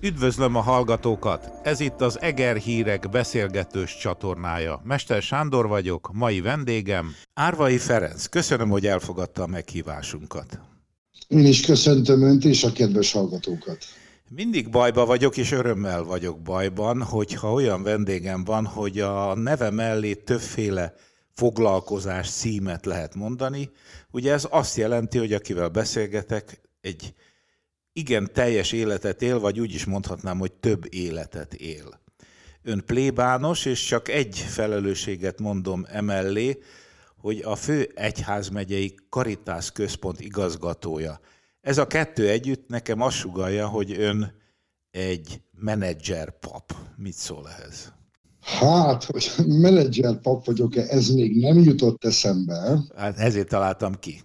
Üdvözlöm a hallgatókat! Ez itt az Eger Hírek beszélgetős csatornája. Mester Sándor vagyok, mai vendégem Árvai Ferenc. Köszönöm, hogy elfogadta a meghívásunkat. Én is köszöntöm Önt és a kedves hallgatókat. Mindig bajba vagyok, és örömmel vagyok bajban, hogyha olyan vendégem van, hogy a neve mellé többféle foglalkozás, címet lehet mondani. Ugye ez azt jelenti, hogy akivel beszélgetek, egy igen teljes életet él, vagy úgy is mondhatnám, hogy több életet él. Ön plébános, és csak egy felelősséget mondom emellé, hogy a Fő Egyházmegyei Caritas Központ igazgatója. Ez a kettő együtt nekem azt sugallja, hogy ön egy menedzser pap. Mit szól ehhez? Hát, hogy menedzser pap vagyok-e, ez még nem jutott eszembe. Hát ezért találtam ki.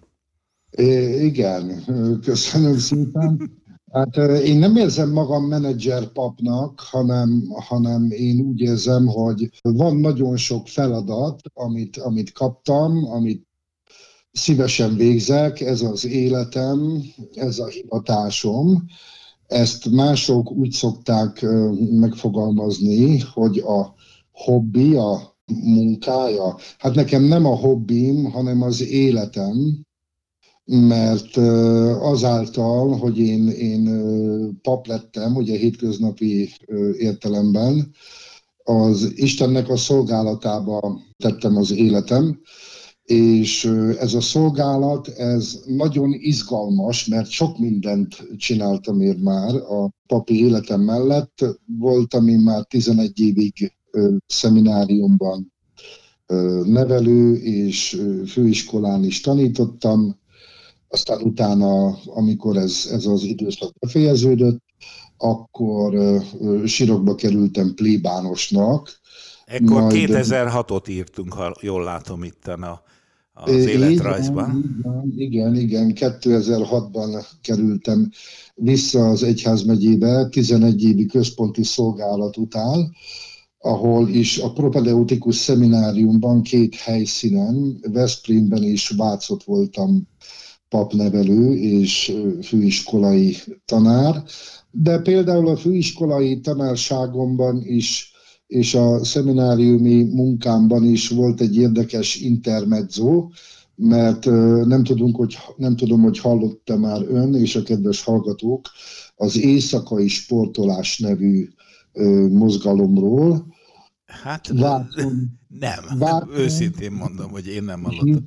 Igen, köszönöm szépen. Hát én nem érzem magam menedzser papnak, hanem én úgy érzem, hogy van nagyon sok feladat, amit kaptam, amit szívesen végzek, ez az életem, ez a hivatásom. Ezt mások úgy szokták megfogalmazni, hogy a hobbi, a munkája. Hát nekem nem a hobbim, hanem az életem, mert azáltal, hogy én pap lettem, ugye hétköznapi értelemben, az Istennek a szolgálatába tettem az életem, és ez a szolgálat, ez nagyon izgalmas, mert sok mindent csináltam én már a papi életem mellett. Voltam én már 11 évig szemináriumban nevelő, és főiskolán is tanítottam. Aztán utána, amikor ez az időszak befejeződött, akkor sirokba kerültem plébánosnak. Ekkor 2006-ot írtunk, ha jól látom itten az életrajzban. Igen, 2006-ban kerültem vissza az Egyházmegyébe, 11 évi központi szolgálat után, ahol is a propedeutikus szemináriumban 2 helyszínen, Veszprémben és Vácott voltam papnevelő és főiskolai tanár, de például a főiskolai tanárságomban is és a szemináriumi munkámban is volt egy érdekes intermezzo, mert nem tudom, hogy hallott-e már ön és a kedves hallgatók az Éjszakai Sportolás nevű mozgalomról. Hát nem, őszintén mondom, hogy én nem hallottam.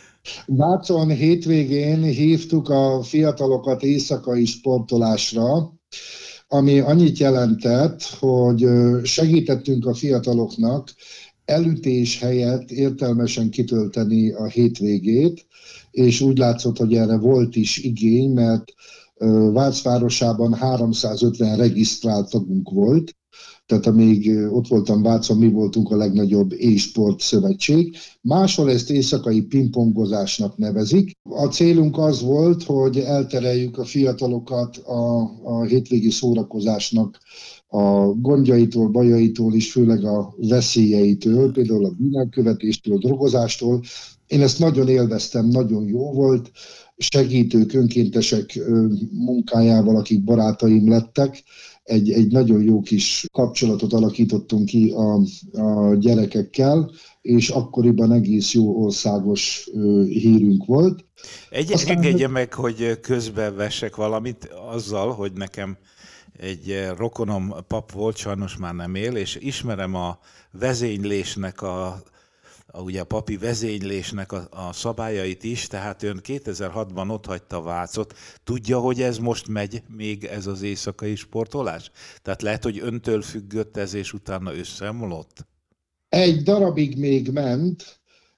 Vácon hétvégén hívtuk a fiatalokat éjszakai sportolásra, ami annyit jelentett, hogy segítettünk a fiataloknak elütés helyett értelmesen kitölteni a hétvégét, és úgy látszott, hogy erre volt is igény, mert Vác városában 350 regisztrált tagunk volt, tehát amíg ott voltam Vácon, mi voltunk a legnagyobb e-sport szövetség. Máshol ezt éjszakai pingpongozásnak nevezik. A célunk az volt, hogy eltereljük a fiatalokat a hétvégi szórakozásnak a gondjaitól, bajaitól és főleg a veszélyeitől, például a bűnelkövetéstől, a drogozástól. Én ezt nagyon élveztem, nagyon jó volt. Segítők, önkéntesek munkájával, akik barátaim lettek, egy nagyon jó kis kapcsolatot alakítottunk ki a gyerekekkel, és akkoriban egész jó országos hírünk volt. Engedje meg, hogy közbevessek valamit azzal, hogy nekem egy rokonom pap volt, sajnos már nem él, és ismerem a vezénylésnek ugye a papi vezénylésnek a szabályait is, tehát ön 2006-ban otthagyta Vácot. Tudja, hogy ez most megy még ez az éjszakai sportolás? Tehát lehet, hogy öntől függött ez, és utána összeomlott? Egy darabig még ment,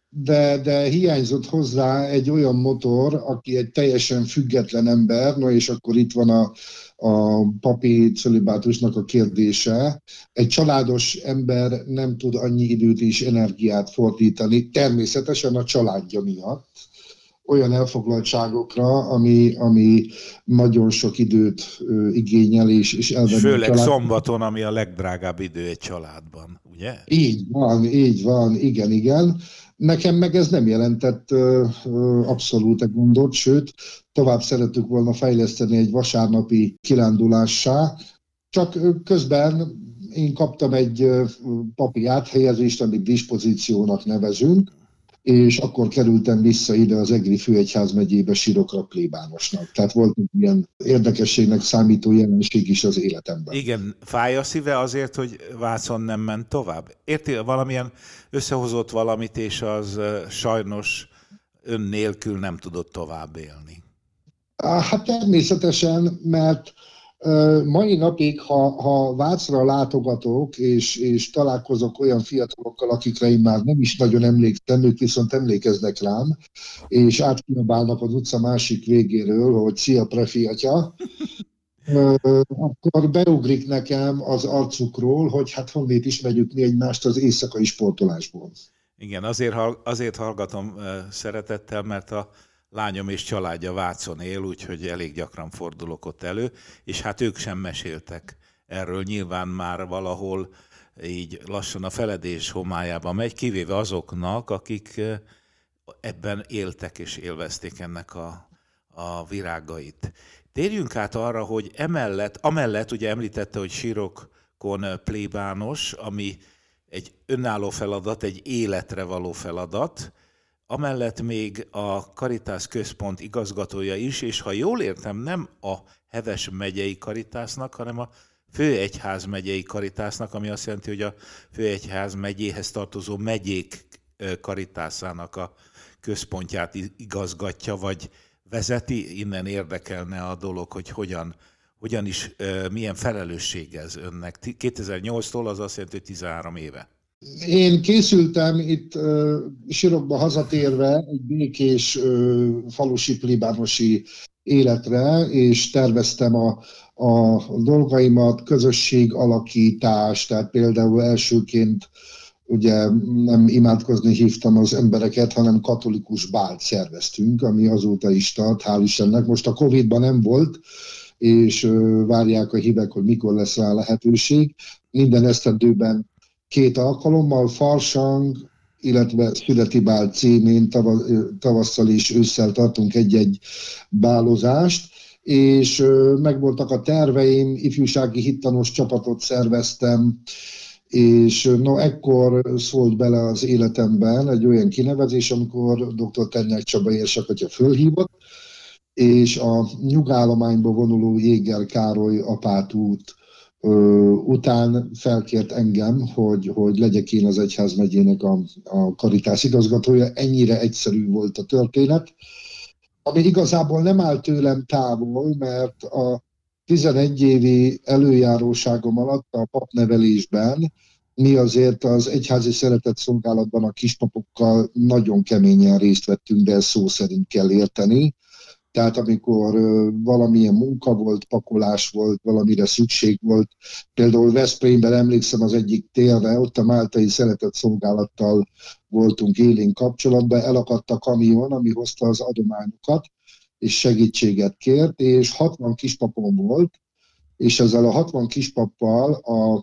de hiányzott hozzá egy olyan motor, aki egy teljesen független ember, no és akkor itt van a papi cölibátusnak a kérdése. Egy családos ember nem tud annyi időt és energiát fordítani, természetesen a családja miatt, olyan elfoglaltságokra, ami nagyon sok időt igényel és elvenni. Főleg szombaton, ami a legdrágább idő egy családban, ugye? Így van, igen. Nekem meg ez nem jelentett abszolút gondot, sőt, tovább szerettük volna fejleszteni egy vasárnapi kirándulássá, Csak közben én kaptam egy papi áthelyezést, amit dispozíciónak nevezünk, és akkor kerültem vissza ide az Egri főegyházmegyébe Sirokra plébánosnak. Tehát volt egy ilyen érdekességnek számító jelenség is az életemben. Igen, fáj a szíve azért, hogy Vácon nem ment tovább? Érti, valamilyen összehozott valamit, és az sajnos ön nélkül nem tudott tovább élni. Hát természetesen, mert mai napig, ha Vácra látogatok, és találkozok olyan fiatalokkal, akikre én már nem is nagyon emlékszem, ők viszont emlékeznek rám, és átkiabálnak az utca másik végéről, hogy szia, prefi atya, akkor beugrik nekem az arcukról, hogy hát honnét ismerjük mi egymást az éjszakai sportolásból. Igen, azért hallgatom szeretettel, mert a lányom és családja Vácon él, úgyhogy elég gyakran fordulok ott elő, és hát ők sem meséltek erről, nyilván már valahol így lassan a feledés homályába megy, kivéve azoknak, akik ebben éltek és élvezték ennek a virágait. Térjünk át arra, hogy amellett ugye említette, hogy Sirokon plébános, ami egy önálló feladat, egy életre való feladat, amellett még a Caritas Központ igazgatója is, és ha jól értem, nem a Heves megyei Caritasnak, hanem a Főegyház megyei Caritasnak, ami azt jelenti, hogy a Főegyház megyéhez tartozó megyék Caritásának a központját igazgatja, vagy vezeti. Innen érdekelne a dolog, hogy hogyan is, milyen felelősség ez önnek. 2008-tól az azt jelenti, hogy 13 éve. Én készültem itt Sirokba hazatérve egy békés falusi plébánosi életre, és terveztem a dolgaimat, közösségalakítás, tehát például elsőként ugye nem imádkozni hívtam az embereket, hanem katolikus bált szerveztünk, ami azóta is tart, hál' Istennek. Most a Covid-ban nem volt, és várják a hívek, hogy mikor lesz rá lehetőség. Minden esztendőben 2 alkalommal, farsang, illetve születi bál címén tavasszal és ősszel tartunk egy-egy bálozást, és megvoltak a terveim, ifjúsági hittanos csapatot szerveztem, és ekkor szólt bele az életemben egy olyan kinevezés, amikor dr. Ternyák Csaba érsek fölhívott, és a nyugállományba vonuló Jéger Károly apátút után felkért engem, hogy legyek én az egyházmegyének a Caritas igazgatója. Ennyire egyszerű volt a történet, ami igazából nem áll tőlem távol, mert a 11 évi előjáróságom alatt a papnevelésben mi azért az egyházi szeretetszolgálatban a kispapokkal nagyon keményen részt vettünk, de ezt szó szerint kell érteni. Tehát amikor valamilyen munka volt, pakolás volt, valamire szükség volt, például Veszprémben emlékszem az egyik térre, ott a máltai szeretetszolgálattal voltunk élénk kapcsolatban, elakadt a kamion, ami hozta az adományokat, és segítséget kért, és 60 kispapom volt, és ezzel a 60 kispappal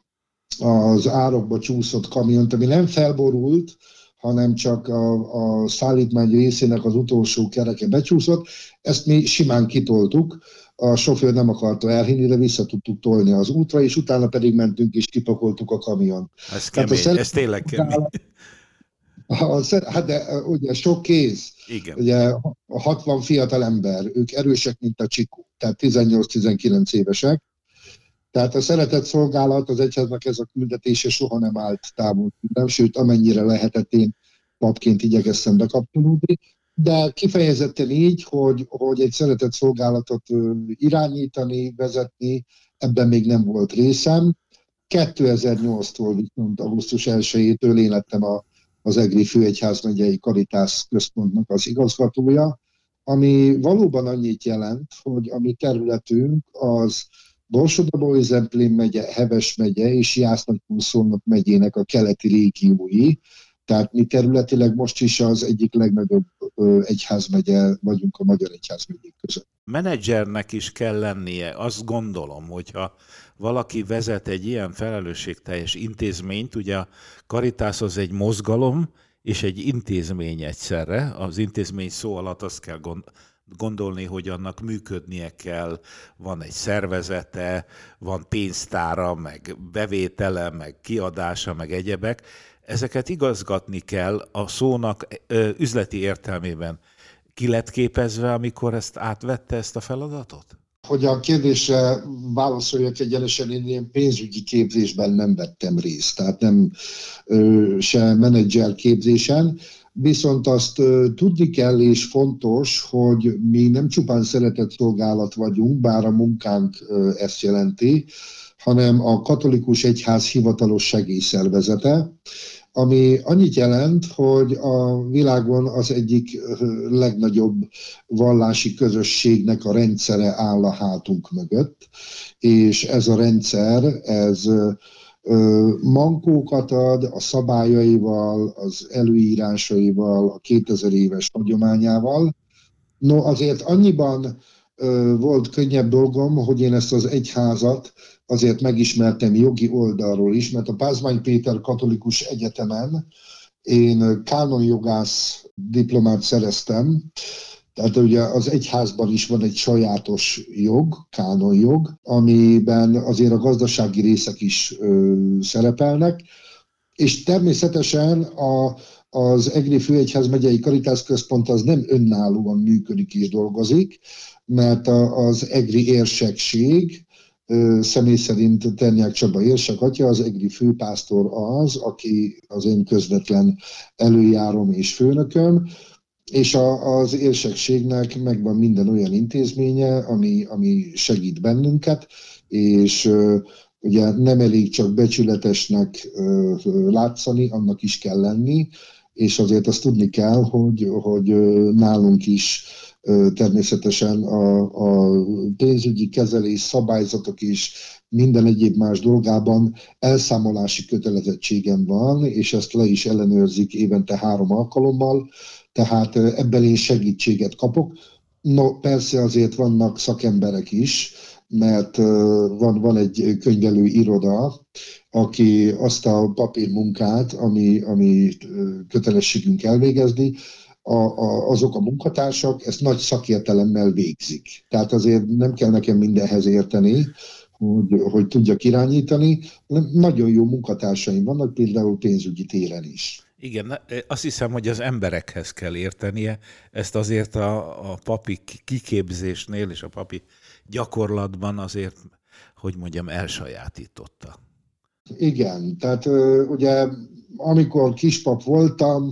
az árokba csúszott kamiont, ami nem felborult, hanem csak a szállítmány részének az utolsó kereke becsúszott. Ezt mi simán kitoltuk, a sofőr nem akarta elhinni, de vissza tudtuk tolni az útra, és utána pedig mentünk és kipakoltuk a kamiont. Ez kemény, ez tényleg kemény. Hát de ugye sok kéz, igen. Ugye a 60 fiatal ember, ők erősek, mint a csikó, tehát 18-19 évesek. Tehát a szeretetszolgálat, az egyháznak ez a küldetése soha nem állt távol tőlem, sőt, amennyire lehetett, én papként igyekeztem bekapcsolódni, de kifejezetten így, hogy egy szeretetszolgálatot irányítani, vezetni, ebben még nem volt részem. 2008-tól viszont augusztus 1-től én lettem az Egri Főegyházmegyei Caritas Központnak az igazgatója, ami valóban annyit jelent, hogy a mi területünk az Borsod-Abaúj-Zemplén megye, Heves megye és Jász-Nagykun-Szolnok megyének a keleti régiói. Tehát mi területileg most is az egyik legnagyobb egyházmegye vagyunk a magyar egyházmegyék között. Menedzsernek is kell lennie, azt gondolom, hogyha valaki vezet egy ilyen felelősségteljes intézményt, ugye a Caritas az egy mozgalom és egy intézmény egyszerre, az intézmény szó alatt azt kell gondolni, hogy annak működnie kell, van egy szervezete, van pénztára, meg bevétele, meg kiadása, meg egyebek. Ezeket igazgatni kell a szónak üzleti értelmében. Ki lett képezve, amikor ezt átvette ezt a feladatot? Hogy a kérdésre válaszoljak egyenesen, én ilyen pénzügyi képzésben nem vettem részt, tehát nem se menedzser képzésen, viszont azt tudni kell és fontos, hogy mi nem csupán szeretett szolgálat vagyunk, bár a munkánk ezt jelenti, hanem a katolikus egyház hivatalos segélyszervezete, ami annyit jelent, hogy a világon az egyik legnagyobb vallási közösségnek a rendszere áll a hátunk mögött, és ez a rendszer, ez mankókat ad a szabályaival, az előírásaival, a 2000 éves hagyományával. No, azért annyiban volt könnyebb dolgom, hogy én ezt az egyházat azért megismertem jogi oldalról is, mert a Pázmány Péter Katolikus Egyetemen én kánonjogász diplomát szereztem, tehát ugye az egyházban is van egy sajátos jog, kánonjog, amiben azért a gazdasági részek is szerepelnek, és természetesen az Egri Főegyház megyei Karitász Központ az nem önállóan működik és dolgozik, mert az egri érsekség, személy szerint Ternyák Csaba érsek atya, az egri főpásztor az, aki az én közvetlen előjárom és főnököm, és az érsekségnek megvan minden olyan intézménye, ami segít bennünket, és ugye nem elég csak becsületesnek látszani, annak is kell lenni, és azért azt tudni kell, hogy nálunk is természetesen a pénzügyi kezelés, szabályzatok és minden egyéb más dolgában elszámolási kötelezettségem van, és ezt le is ellenőrzik évente 3 alkalommal, tehát ebben én segítséget kapok. No, persze azért vannak szakemberek is, mert van egy könyvelő iroda, aki azt a papírmunkát, ami kötelességünk elvégezni, azok a munkatársak ezt nagy szakértelemmel végzik. Tehát azért nem kell nekem mindenhez érteni, hogy tudjak irányítani. Nagyon jó munkatársaim vannak, például pénzügyi téren is. Igen, azt hiszem, hogy az emberekhez kell értenie, ezt azért a papi kiképzésnél és a papi gyakorlatban azért, hogy mondjam, elsajátította. Igen, tehát ugye amikor kispap voltam,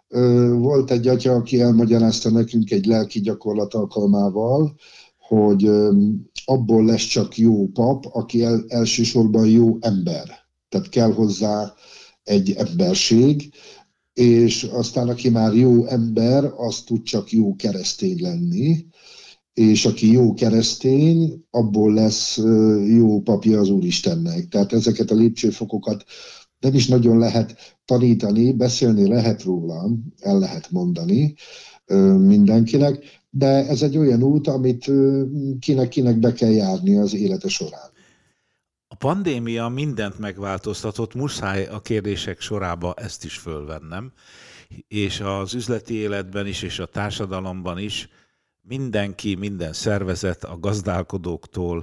volt egy atya, aki elmagyarázta nekünk egy lelki gyakorlat alkalmával, hogy abból lesz csak jó pap, aki elsősorban jó ember. Tehát kell hozzá egy emberség, és aztán aki már jó ember, az tud csak jó keresztény lenni, és aki jó keresztény, abból lesz jó papja az Úristennek. Tehát ezeket a lépcsőfokokat nem is nagyon lehet tanítani, beszélni lehet róla, el lehet mondani mindenkinek, de ez egy olyan út, amit kinek be kell járni az élete során. A pandémia mindent megváltoztatott, muszáj a kérdések sorába ezt is fölvennem, és az üzleti életben is, és a társadalomban is mindenki, minden szervezet, a gazdálkodóktól,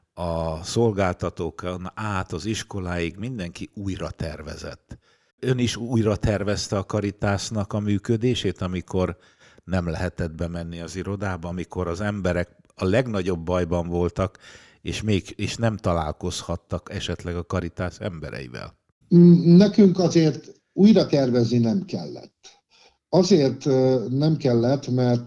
a szolgáltatókon át az iskoláig mindenki újra tervezett. Ön is újra tervezte a Caritasnak a működését, amikor nem lehetett bemenni az irodába, amikor az emberek a legnagyobb bajban voltak, és nem találkozhattak esetleg a Caritas embereivel? Nekünk azért újra tervezni nem kellett. Azért nem kellett, mert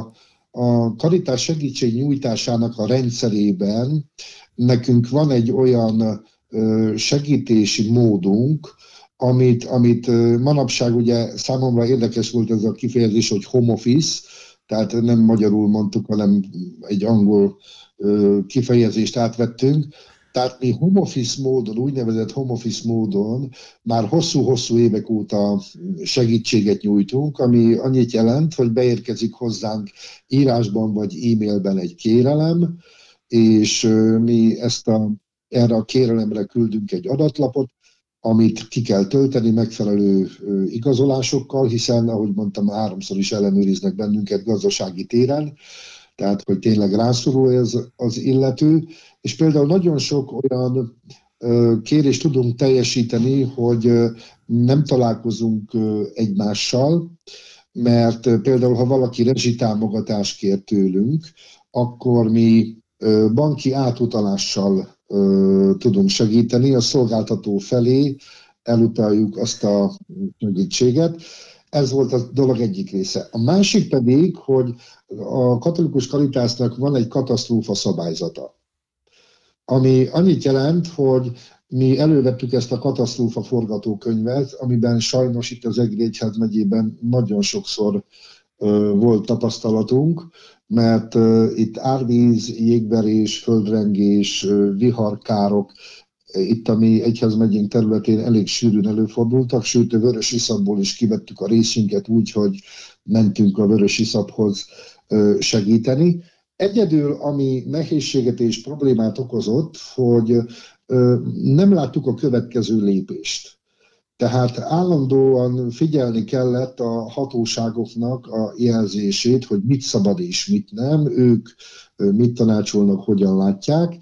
a Caritas segítségnyújtásának a rendszerében nekünk van egy olyan segítési módunk, amit manapság ugye számomra érdekes volt ez a kifejezés, hogy home office, tehát nem magyarul mondtuk, hanem egy angol kifejezést átvettünk. Tehát mi home office módon, úgynevezett home office módon már hosszú-hosszú évek óta segítséget nyújtunk, ami annyit jelent, hogy beérkezik hozzánk írásban vagy e-mailben egy kérelem, és mi erre a kérelemre küldünk egy adatlapot, amit ki kell tölteni megfelelő igazolásokkal, hiszen, ahogy mondtam, 3-szor is ellenőriznek bennünket gazdasági téren, tehát hogy tényleg rászorul ez az illető, és például nagyon sok olyan kérést tudunk teljesíteni, hogy nem találkozunk egymással, mert például, ha valaki rezsitámogatást kér tőlünk, akkor mi banki átutalással tudunk segíteni, a szolgáltató felé elutaljuk azt a segítséget. Ez volt a dolog egyik része. A másik pedig, hogy a katolikus Caritasnak van egy katasztrófa szabályzata, ami annyit jelent, hogy mi elővettük ezt a katasztrófa forgatókönyvet, amiben sajnos itt az Egri egyházmegyében nagyon sokszor volt tapasztalatunk, mert itt árvíz, jégverés, földrengés, viharkárok, itt a mi egyházmegyénk területén elég sűrűn előfordultak, sőt a Vörösiszapból is kivettük a részünket úgy, hogy mentünk a Vörösiszaphoz segíteni. Egyedül, ami nehézséget és problémát okozott, hogy nem láttuk a következő lépést. Tehát állandóan figyelni kellett a hatóságoknak a jelzését, hogy mit szabad és mit nem, ők mit tanácsolnak, hogyan látják,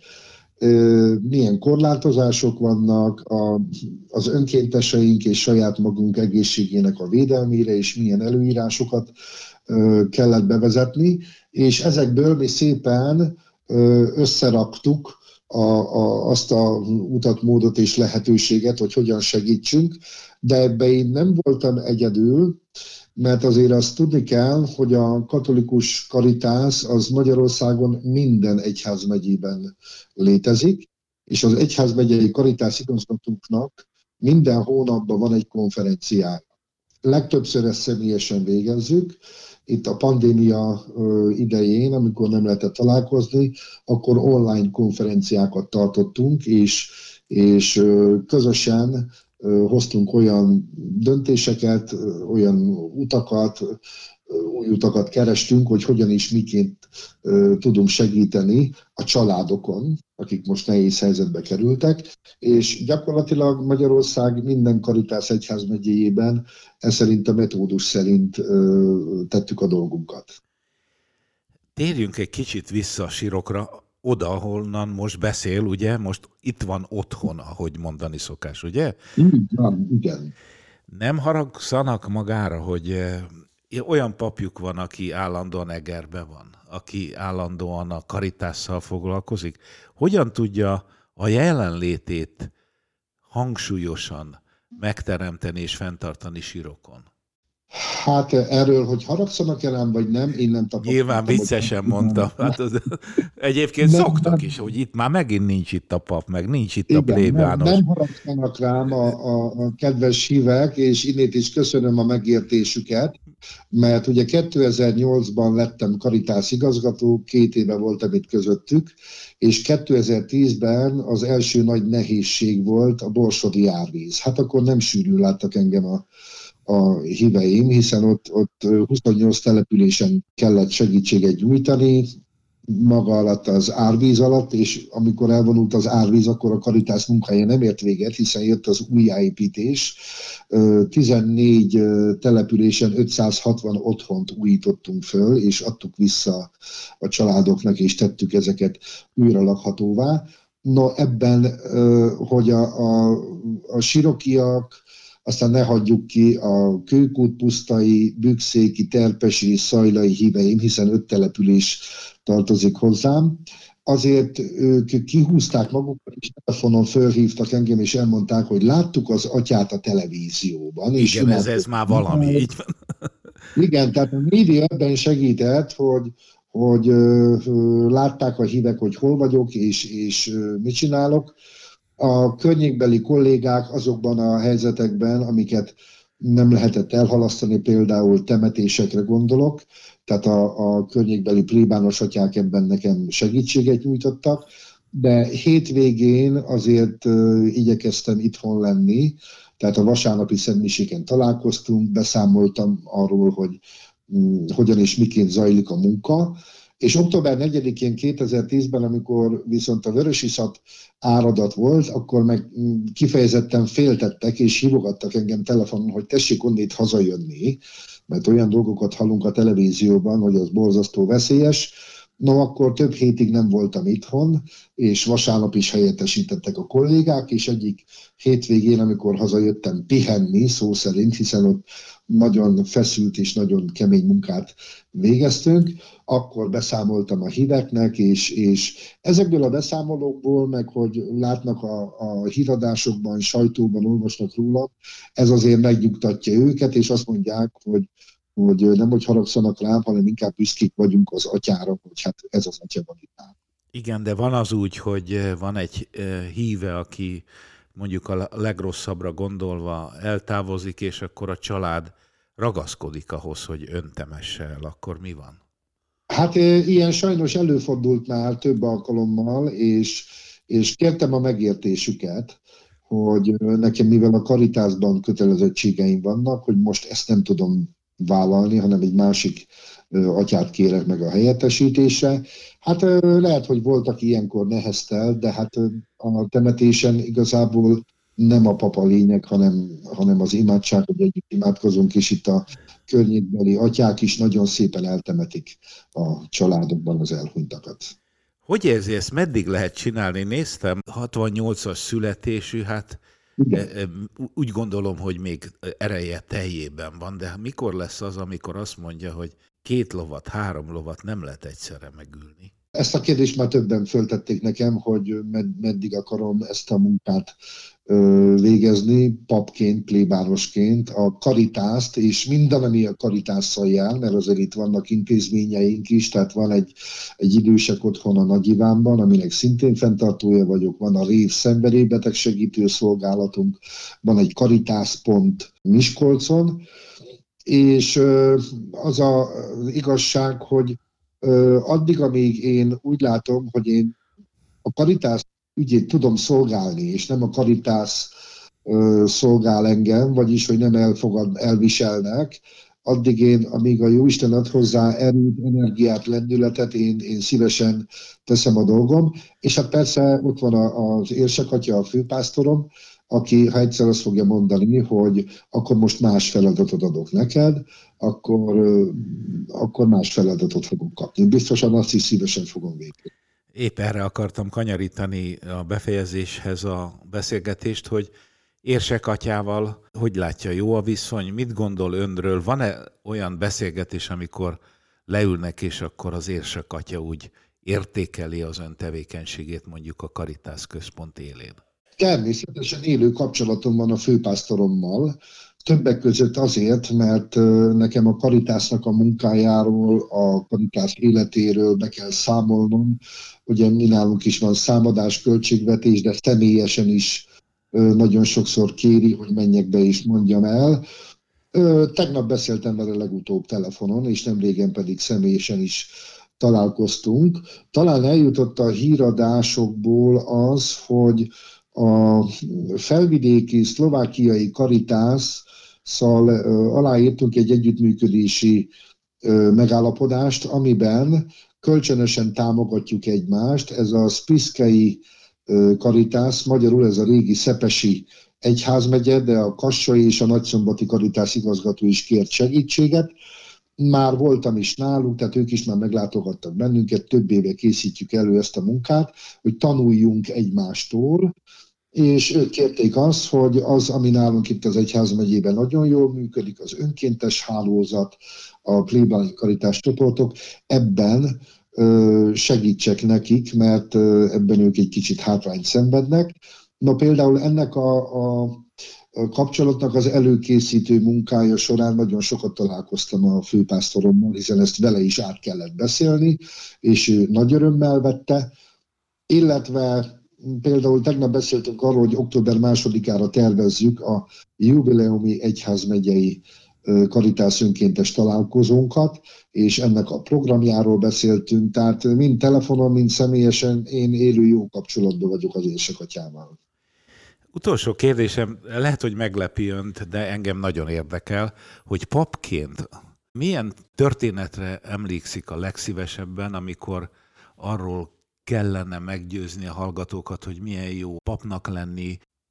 milyen korlátozások vannak az önkénteseink és saját magunk egészségének a védelmére, és milyen előírásokat kellett bevezetni, és ezekből mi szépen összeraktuk azt a utat, módot és lehetőséget, hogy hogyan segítsünk, de ebbe én nem voltam egyedül, mert azért azt tudni kell, hogy a katolikus Caritas az Magyarországon minden egyházmegyében létezik, és az egyházmegyei Caritas igazgatóknak minden hónapban van egy konferenciája. Legtöbbször ezt személyesen végezzük. Itt a pandémia idején, amikor nem lehetett találkozni, akkor online konferenciákat tartottunk, és közösen hoztunk olyan döntéseket, olyan utakat, új utakat kerestünk, hogy hogyan és miként tudunk segíteni a családokon, akik most nehéz helyzetbe kerültek, és gyakorlatilag Magyarország minden Caritas egyházmegyéjében ez szerint a metódus szerint tettük a dolgunkat. Térjünk egy kicsit vissza a sírokra, oda, ahonnan most beszél, ugye? Most itt van otthon, ahogy mondani szokás, ugye? Igen. Nem haragszanak magára, hogy olyan papjuk van, aki állandóan Egerben van, aki állandóan a Caritásszal foglalkozik? Hogyan tudja a jelenlétét hangsúlyosan megteremteni és fenntartani sírokon? Hát erről, hogy haragszanak rám, vagy nem, én nem tapasztaltam. Nyilván viccesen mondtam. Hát egyébként nem, szoktak nem, is, hogy itt már megint nincs itt a pap, meg nincs itt a plébános. Nem haragszanak rám a kedves hívek, és innét is köszönöm a megértésüket, mert ugye 2008-ban lettem Caritas igazgató, 2 éve voltam itt közöttük, és 2010-ben az első nagy nehézség volt a borsodi árvíz. Hát akkor nem sűrűn láttak engem a híveim, hiszen ott 28 településen kellett segítséget nyújtani, maga alatt az árvíz alatt, és amikor elvonult az árvíz, akkor a Caritas munkája nem ért véget, hiszen jött az újjáépítés. 14 településen 560 otthont újítottunk föl, és adtuk vissza a családoknak, és tettük ezeket újra lakhatóvá. No, ebben, hogy a sirokiak, aztán ne hagyjuk ki a Kőkút pusztai, Bükszéki, Terpesi, Szajlai híveim, hiszen 5 település tartozik hozzám. Azért ők kihúzták magukat, és telefonon fölhívtak engem, és elmondták, hogy láttuk az atyát a televízióban. Igen, és ez már valami, így van. Igen, tehát a média ebben segített, hogy látták a hívek, hogy hol vagyok, és mit csinálok. A környékbeli kollégák azokban a helyzetekben, amiket nem lehetett elhalasztani, például temetésekre gondolok, tehát a környékbeli plébános atyák ebben nekem segítséget nyújtottak, de hétvégén azért igyekeztem itthon lenni, tehát a vasárnapi szentmiséken találkoztunk, beszámoltam arról, hogy hogyan és miként zajlik a munka, és október 4-én 2010-ben, amikor viszont a Vörösiszap áradat volt, akkor meg kifejezetten féltettek és hívogattak engem telefonon, hogy tessék onnét hazajönni, mert olyan dolgokat hallunk a televízióban, hogy az borzasztó veszélyes. No, akkor több hétig nem voltam itthon, és vasárnap is helyettesítettek a kollégák, és egyik hétvégén, amikor hazajöttem pihenni, szó szerint, hiszen ott nagyon feszült és nagyon kemény munkát végeztünk, akkor beszámoltam a híreknek, és ezekből a beszámolókból, meg hogy látnak a híradásokban, sajtóban, olvasnak róla, ez azért megnyugtatja őket, és azt mondják, hogy nem hogy haragszanak rám, hanem inkább büszkék vagyunk az atyára, hogy hát ez az atya van itt. Igen, de van az úgy, hogy van egy híve, aki mondjuk a legrosszabbra gondolva eltávozik, és akkor a család ragaszkodik ahhoz, hogy öntemesse el. Akkor mi van? Hát ilyen sajnos előfordult már több alkalommal, és kértem a megértésüket, hogy nekem, mivel a Caritasban kötelezettségeim vannak, hogy most ezt nem tudom vállalni, hanem egy másik atyát kérek meg a helyettesítésre. Hát lehet, hogy voltak ilyenkor neheztel, de hát a temetésen igazából nem a papa lényeg, hanem az imádság, hogy együtt imádkozunk, és itt a környékbeli atyák is nagyon szépen eltemetik a családokban az elhunytakat. Hogy érzi ezt? Meddig lehet csinálni? Néztem, 68-as születésű, hát úgy gondolom, hogy még ereje teljében van, de mikor lesz az, amikor azt mondja, hogy 2 lovat, 3 lovat nem lehet egyszerre megülni? Ezt a kérdést már többen föltették nekem, hogy meddig akarom ezt a munkát végezni, papként, plébánosként, a Caritást, és minden, ami a Caritásszal jár, mert azért itt vannak intézményeink is, tehát van egy idősek otthon a Nagy Ivánban, aminek szintén fenntartója vagyok, van a Rév szenvedélybeteg segítő szolgálatunk, van egy Caritas pont Miskolcon, és az az igazság, hogy addig, amíg én úgy látom, hogy én a Caritas ügyét tudom szolgálni, és nem a Caritas szolgál engem, vagyis, hogy nem elviselnek, addig amíg a Jóisten ad hozzá erőt, energiát, lendületet, én szívesen teszem a dolgom. És hát persze ott van az érsekatya, a főpásztorom, aki, ha egyszer azt fogja mondani, hogy akkor most más feladatot adok neked, akkor más feladatot fogok kapni. Biztosan azt is szívesen fogom végni. Épp erre akartam kanyarítani a befejezéshez a beszélgetést, hogy érsegatyával hogy látja, jó a viszony, mit gondol önről? Van-e olyan beszélgetés, amikor leülnek, és akkor az érsekatya úgy értékeli az ön tevékenységét mondjuk a Caritas központ élén? Természetesen élő kapcsolatom van a főpásztorommal, többek között azért, mert nekem a Caritasnak a munkájáról, a Caritas életéről be kell számolnom. Ugye mi nálunk is van számadás, költségvetés, de személyesen is nagyon sokszor kéri, hogy menjek be és mondjam el. Tegnap beszéltem vele legutóbb telefonon, és nem régen pedig személyesen is találkoztunk. Talán eljutott a híradásokból az, hogy a felvidéki szlovákiai Caritásszal aláírtunk egy együttműködési megállapodást, amiben kölcsönösen támogatjuk egymást. Ez a Spiszkei Caritas, magyarul ez a régi szepesi egyházmegye, de a kassai és a nagyszombati Caritas igazgató is kért segítséget. Már voltam is náluk, tehát ők is már meglátogattak bennünket, több éve készítjük elő ezt a munkát, hogy tanuljunk egymástól, és ők kérték azt, hogy az, ami nálunk itt az egyházmegyében nagyon jól működik, az önkéntes hálózat, a plébáni Caritas csoportok, ebben segítsek nekik, mert ebben ők egy kicsit hátrányt szenvednek. Na például ennek a kapcsolatnak az előkészítő munkája során nagyon sokat találkoztam a főpásztorommal, hiszen ezt vele is át kellett beszélni, és ő nagy örömmel vette, illetve például tegnap beszéltünk arról, hogy október 2-ára tervezzük a jubileumi egyházmegyei Caritas önkéntes találkozónkat, és ennek a programjáról beszéltünk, tehát mind telefonon, mind személyesen én élő jó kapcsolatban vagyok az érsegatyával. Utolsó kérdésem, lehet, hogy meglepi önt, de engem nagyon érdekel, hogy papként milyen történetre emlékszik a legszívesebben, amikor arról kellene meggyőzni a hallgatókat, hogy milyen jó papnak lenni,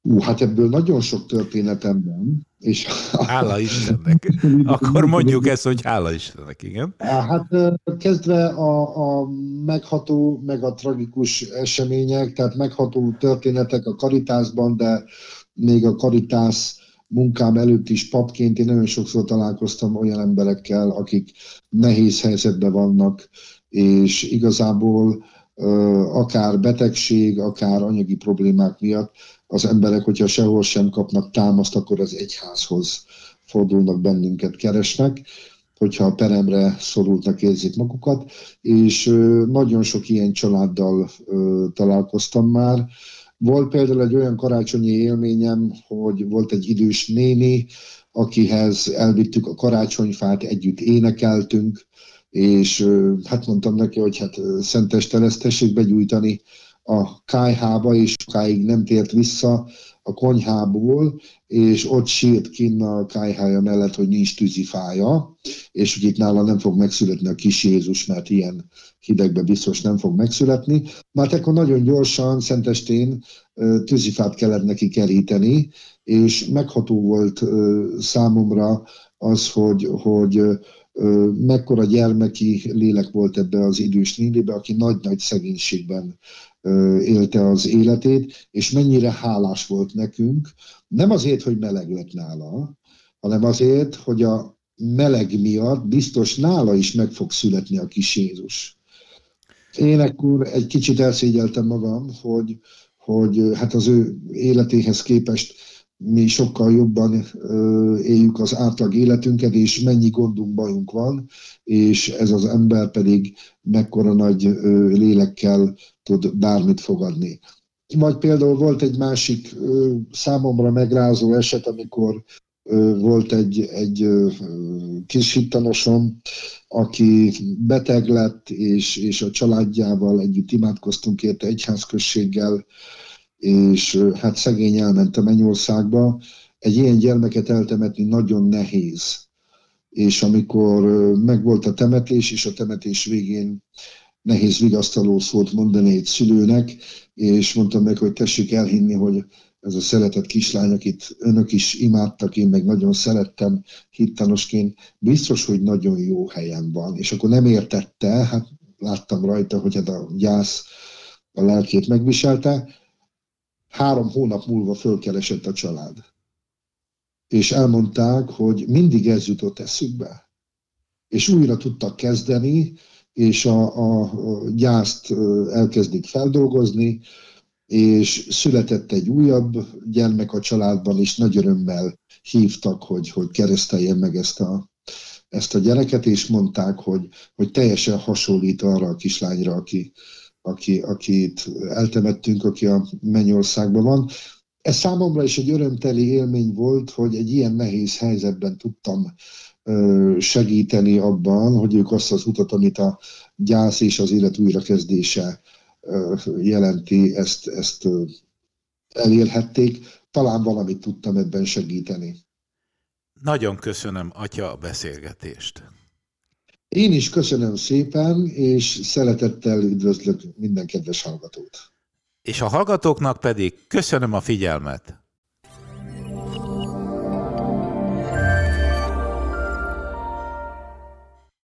Hát ebből nagyon sok történetem van. És Hála Istennek. Akkor mondjuk ezt, hogy hála Istennek, igen. Hát kezdve a megható, meg a tragikus események, tehát megható történetek a Caritasban, de még a Caritas munkám előtt is papként én nagyon sokszor találkoztam olyan emberekkel, akik nehéz helyzetben vannak, és igazából akár betegség, akár anyagi problémák miatt az emberek, hogyha sehol sem kapnak támaszt, akkor az egyházhoz fordulnak, bennünket keresnek, hogyha a peremre szorultnak érzik magukat, és nagyon sok ilyen családdal találkoztam már. Volt például egy olyan karácsonyi élményem, hogy volt egy idős néni, akihez elvittük a karácsonyfát, együtt énekeltünk, és hát mondtam neki, hogy hát szenteste lesz, tessék begyújtani a kályhába, és sokáig nem tért vissza a konyhából, és ott sírt kinn a kályhája mellett, hogy nincs tűzifája, és hogy itt nála nem fog megszületni a kis Jézus, mert ilyen hidegben biztos nem fog megszületni. Már akkor nagyon gyorsan, szentestén tűzifát kellett neki keríteni, és megható volt számomra az, hogy mekkora gyermeki lélek volt ebbe az idős nénibe, aki nagy-nagy szegénységben élte az életét, és mennyire hálás volt nekünk, nem azért, hogy meleg lett nála, hanem azért, hogy a meleg miatt biztos nála is meg fog születni a kis Jézus. Én ekkor egy kicsit elszégyeltem magam, hogy hát az ő életéhez képest mi sokkal jobban éljük az átlag életünket, és mennyi gondunk, bajunk van, és ez az ember pedig mekkora nagy lélekkel tud bármit fogadni. Vagy például volt egy másik számomra megrázó eset, amikor volt egy kis hittanosom, aki beteg lett, és a családjával együtt imádkoztunk érte egyházközséggel, és hát szegény elment a mennyországba. Egy ilyen gyermeket eltemetni nagyon nehéz. És amikor megvolt a temetés, és a temetés végén nehéz vigasztaló szót mondani egy szülőnek, és mondtam meg, hogy tessék elhinni, hogy ez a szeretett kislány, akit önök is imádtak, én meg nagyon szerettem hittanosként, biztos, hogy nagyon jó helyen van. És akkor nem értette, hát láttam rajta, hogy hát a gyász a lelkét megviselte. 3 hónap múlva fölkeresett a család. És elmondták, hogy mindig ez jutott eszükbe. És újra tudtak kezdeni, és a gyászt elkezdik feldolgozni, és született egy újabb gyermek a családban, és nagy örömmel hívtak, hogy kereszteljen meg ezt a gyereket, és mondták, hogy teljesen hasonlít arra a kislányra, akit eltemettünk, aki a mennyországban van. Ez számomra is egy örömteli élmény volt, hogy egy ilyen nehéz helyzetben tudtam segíteni abban, hogy ők azt az utat, amit a gyász és az élet újrakezdése jelenti, ezt elérhették. Talán valamit tudtam ebben segíteni. Nagyon köszönöm, Atya, a beszélgetést. Én is köszönöm szépen, és szeretettel üdvözlök minden kedves hallgatót. És a hallgatóknak pedig köszönöm a figyelmet.